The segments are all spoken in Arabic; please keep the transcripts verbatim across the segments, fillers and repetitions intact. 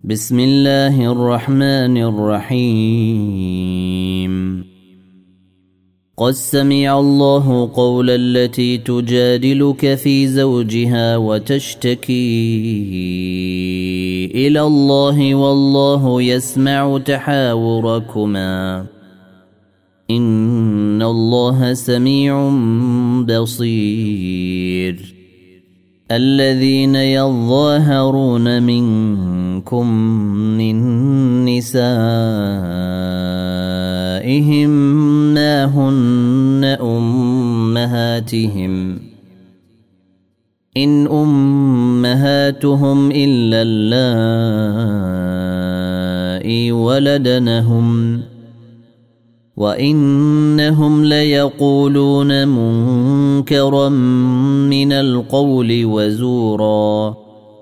بسم الله الرحمن الرحيم. قد سمع الله قول التي تجادلك في زوجها وتشتكي إلى الله والله يسمع تحاوركما إن الله سميع بصير. الذين يظاهرون منكم من نسائهم ما هن أمهاتهم إن أمهاتهم إلا اللائي ولدنهم وإنهم ليقولون منكرا من القول وزورا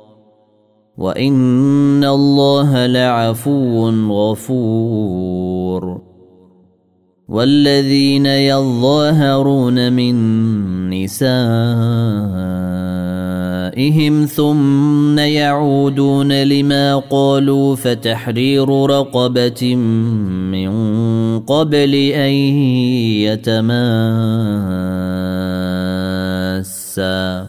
وإن الله لعفو غفور. والذين يظاهرون من نسائهم ثم يعودون لما قالوا فتحرير رقبة من قبل أن يتماسا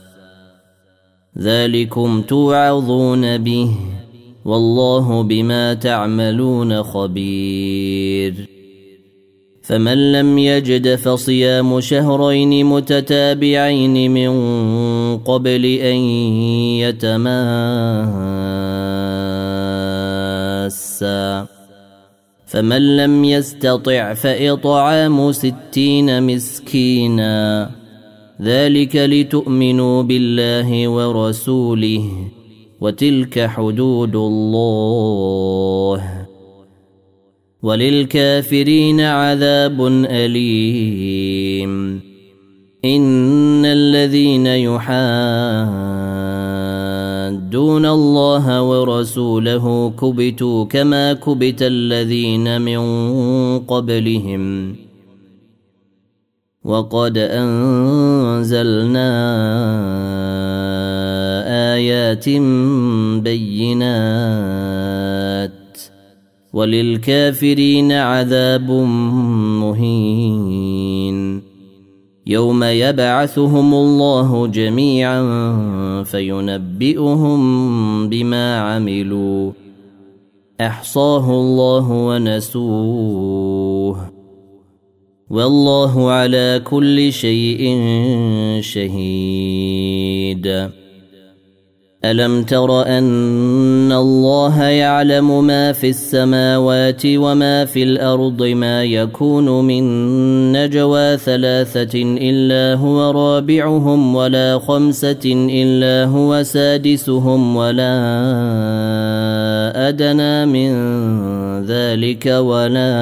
ذلكم توعظون به والله بما تعملون خبير. فمن لم يجد فصيام شهرين متتابعين من قبل أن يتماسا فمن لم يستطع فإطعام ستين مسكينا ذلك لتؤمنوا بالله ورسوله وتلك حدود الله وللكافرين عذاب أليم. إن الذين يحادون الله ورسوله كبتوا كما كبت الذين من قبلهم وقد أنزلنا آيات بينات وللكافرين عذاب مهين. يوم يبعثهم الله جميعا فينبئهم بما عملوا أحصاه الله ونسوه والله على كل شيء شهيد. ألم تر أن الله يعلم ما في السماوات وما في الأرض ما يكون من نجوى ثلاثة إلا هو رابعهم ولا خمسة إلا هو سادسهم ولا أدنى من ذلك ولا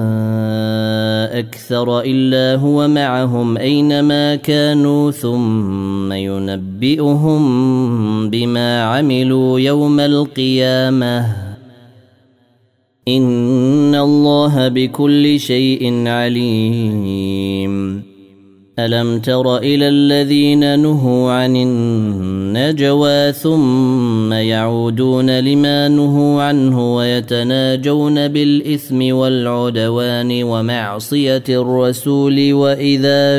أكثر إلا هو معهم أينما كانوا ثم ينبئهم بما عملوا يوم القيامة إن الله بكل شيء عليم. ألم تر إلى الذين نهوا عن النجوى ثم يعودون لما نهوا عنه ويتناجون بالإثم والعدوان ومعصية الرسول وإذا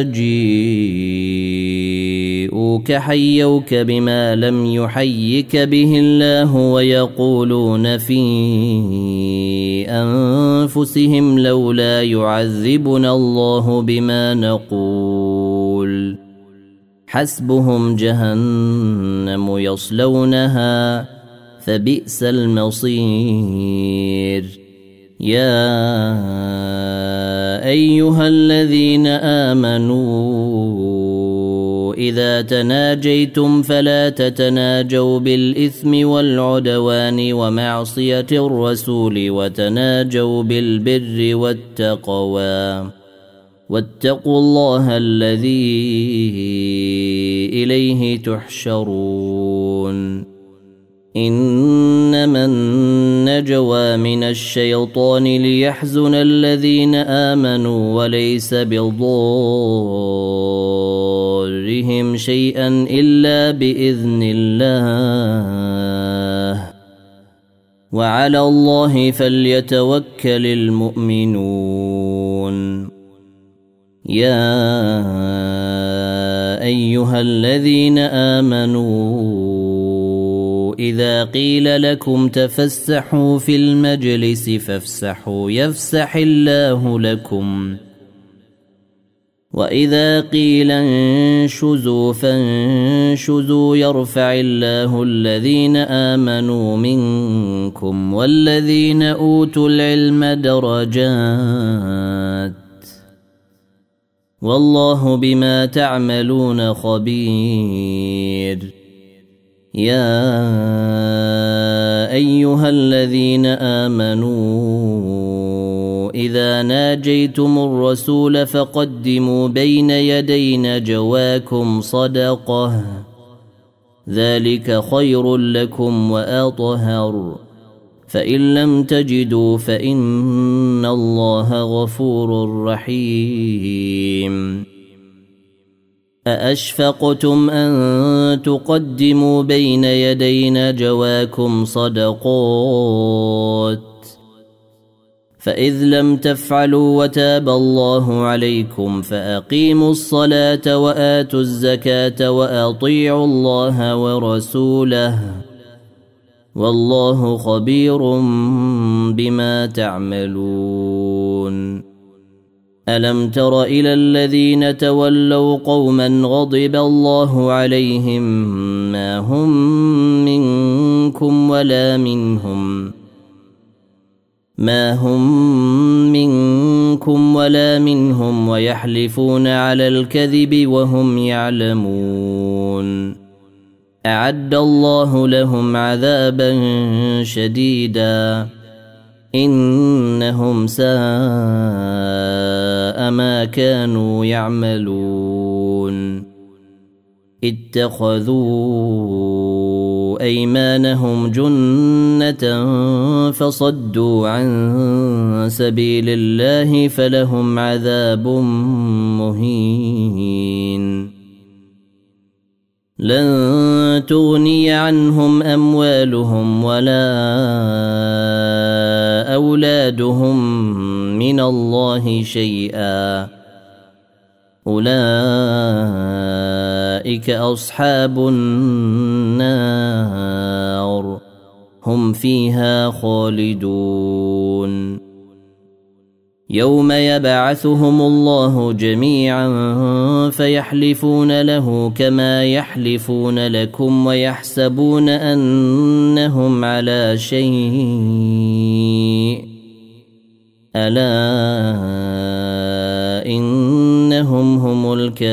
جيءوك حيوك بما لم يحيك به الله ويقولون في أنفسهم لولا يعذبنا الله بما نقول حسبهم جهنم يصلونها فبئس المصير. يا أيها الذين آمنوا إذا تناجيتم فلا تتناجوا بالإثم والعدوان ومعصية الرسول وتناجوا بالبر والتقوى واتقوا الله الذي إليه تحشرون. إنما النجوى من الشيطان ليحزن الذين آمنوا وليس بضارهم شيئا إلا بإذن الله وعلى الله فليتوكل المؤمنون يا أيها الذين آمنوا إذا قيل لكم تفسحوا في المجلس فافسحوا يفسح الله لكم وإذا قيل انشزوا فانشزوا يرفع الله الذين آمنوا منكم والذين أوتوا العلم درجات والله بما تعملون خبير يا أيها الذين آمنوا إذا ناجيتم الرسول فقدموا بين يدي نجواكم صدقة ذلك خير لكم وأطهر فإن لم تجدوا فإن الله غفور رحيم أأشفقتم أن تقدموا بين يدي نجواكم صدقات فإذ لم تفعلوا وتاب الله عليكم فأقيموا الصلاة وآتوا الزكاة وأطيعوا الله ورسوله والله خبير بما تعملون ألم تر إلى الذين تولوا قوما غضب الله عليهم ما هم منكم ولا منهم ما هم منكم ولا منهم ويحلفون على الكذب وهم يعلمون أعد الله لهم عذابا شديدا إنهم ساء ما كانوا يعملون اتخذوا أيمانهم جنة فصدوا عن سبيل الله فلهم عذاب مهين لن تغني عنهم أموالهم ولا أولادهم من الله شيئا أولئك أصحاب النار هم فيها خالدون يوم يبعثهم الله جميعا فيحلفون له كما يحلفون لكم ويحسبون أنهم على شيء ألا إنهم هم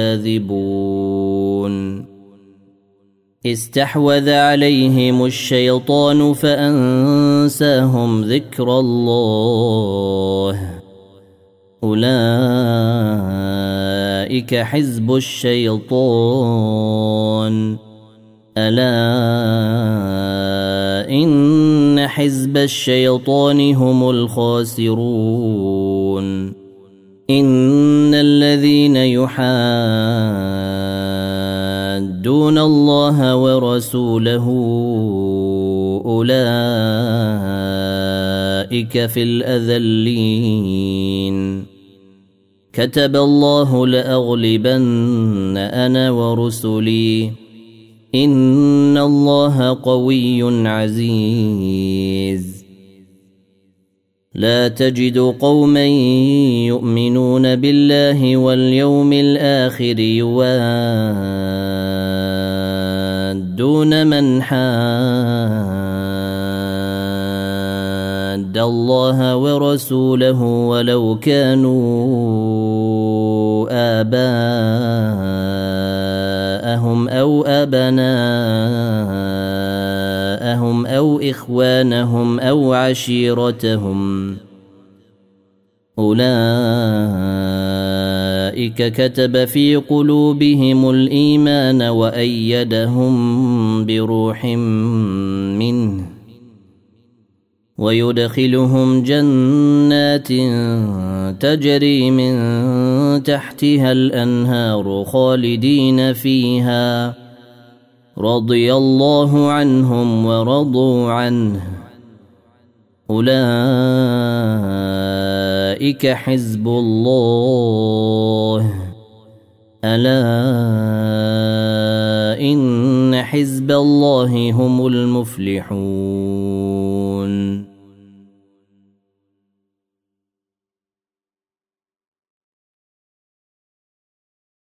الكاذبون استحوذ عليهم الشيطان فأنساهم ذكر الله أولئك حزب الشيطان ألا إن حزب الشيطان هم الخاسرون إن الذين يحادون الله ورسوله أولئك في الأذلين كتب الله لأغلبن أنا ورسلي إن الله قوي عزيز لا تجد قوما يؤمنون بالله واليوم الآخر يوادون من حاد الله ورسوله ولو كانوا آباءهم أو أبناءهم أو إخوانهم أو عشيرتهم أولئك كتب في قلوبهم الإيمان وأيدهم بروح منه ويدخلهم جنات تجري من تحتها الأنهار خالدين فيها رضي الله عنهم ورضوا عنه أولئك حزب الله ألا إن حزب الله هم المفلحون